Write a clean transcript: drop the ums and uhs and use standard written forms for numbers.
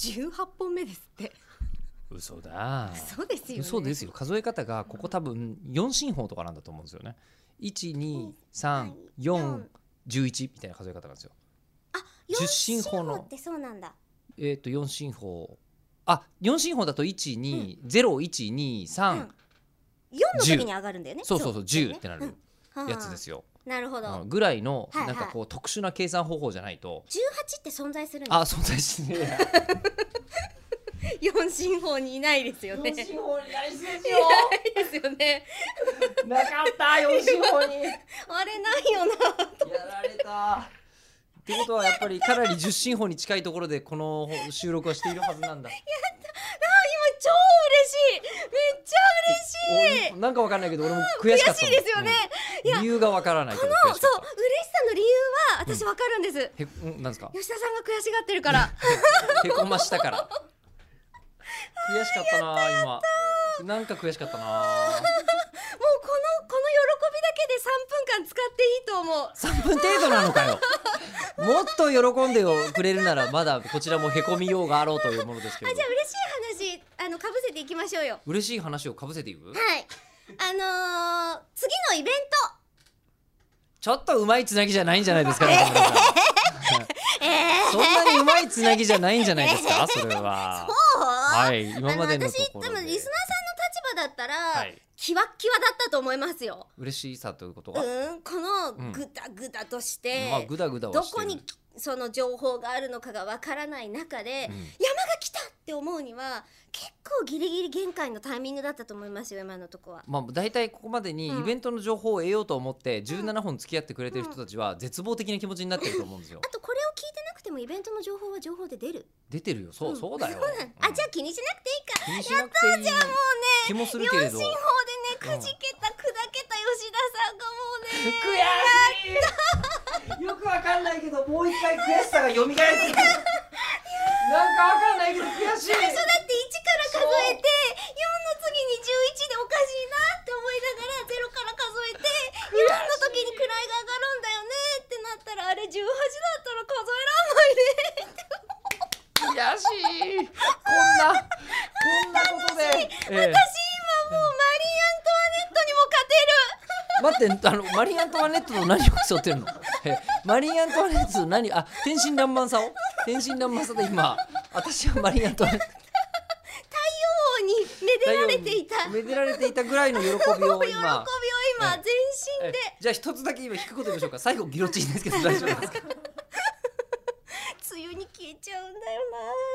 18本目ですって。 嘘だ。 嘘ですよね。 嘘ですよ。数え方がここ多分4進法とかなんだと思うんですよね。1、2、3、4、11みたいな数え方なんですよ。 あ、4進法のってそうなんだ。 4進法。あ、4進法だと1、2、0、1、2、3、 4の時に上がるんだよね。 そうそうそう、10ってなるやつですよ。 なるほど。 ぐらいのなんかこう特殊な計算方法じゃないと。 18って存在するんです。 あ、存在しねえ。4進法にいないですよね。 4進法にいないですよ。 いないですよね。 なかった4進法に。 あれないよな。 やられた。ってことはやっぱりかなり10進法に近いところでこの収録はしているはずなんだ。やった。 今超嬉しい。めっちゃ嬉しい。 なんかわかんないけど俺も悔しかった。 悔しいですよね。 理由がわからないけど。 そう嬉しさの理由は私わかるんです。 なんですか。 吉田さんが悔しがってるから。 へこましたから。悔しかったな今。なんか悔しかったな。もうこの喜びだけで3分間使っていいと思う。 3分程度なのかよ。もっと喜んでくれるならまだこちらもへこみようがあろうというものですけど。 じゃあ嬉しい話かぶせていきましょうよ。 嬉しい話をかぶせていく。 はい。次のイベント。 ちょっとうまいつなぎじゃないんじゃないですか。そんなにうまいつなぎじゃないんじゃないですか。それは。 そう。 はい。今までのところで。 私でもリスナーさんの立場だったら、キワッキワだったと思いますよ。 嬉しさということは。 このグダグダとして、 まあグダグダはどこにその情報があるのかがわからない中で、山が来たって思うには結構ギリギリ限界のタイミングだったと思いますよ今のとこは。 まあ大体ここまでにイベントの情報を得ようと思って17本付き合ってくれてる人たちは絶望的な気持ちになってると思うんですよ。 あとこれを聞いてなくてもイベントの情報は情報で出る。 出てるよ。そうだよ。 あ、じゃあ気にしなくていいか。 気にしなくていい。 じゃあもうね、 気もするけれど。 4進法でね、くじけた砕けた吉田さんがもうね。 悔しい。よくわかんないけどもう一回悔しさが蘇ってくる。なんかわかんないけど悔しい。 最初だって1から数えて4の次に11でおかしいなって思いながら0から数えて4の時に位が上がるんだよねってなったらあれ18だったら数えらんないねって。 悔しい。こんなことで私今もうマリー・アントワネットにも勝てる。 待って、マリー・アントワネットの何を競ってるの。マリー・アントワネットの何、天真爛漫さを天真爛漫さで今私はマリー・アントワネット太陽にめでられていたぐらいの喜びを今全身で。 じゃあ一つだけ今引くことでしょうか。最後ギロチンですけど大丈夫ですか。 梅雨に消えちゃうんだよな。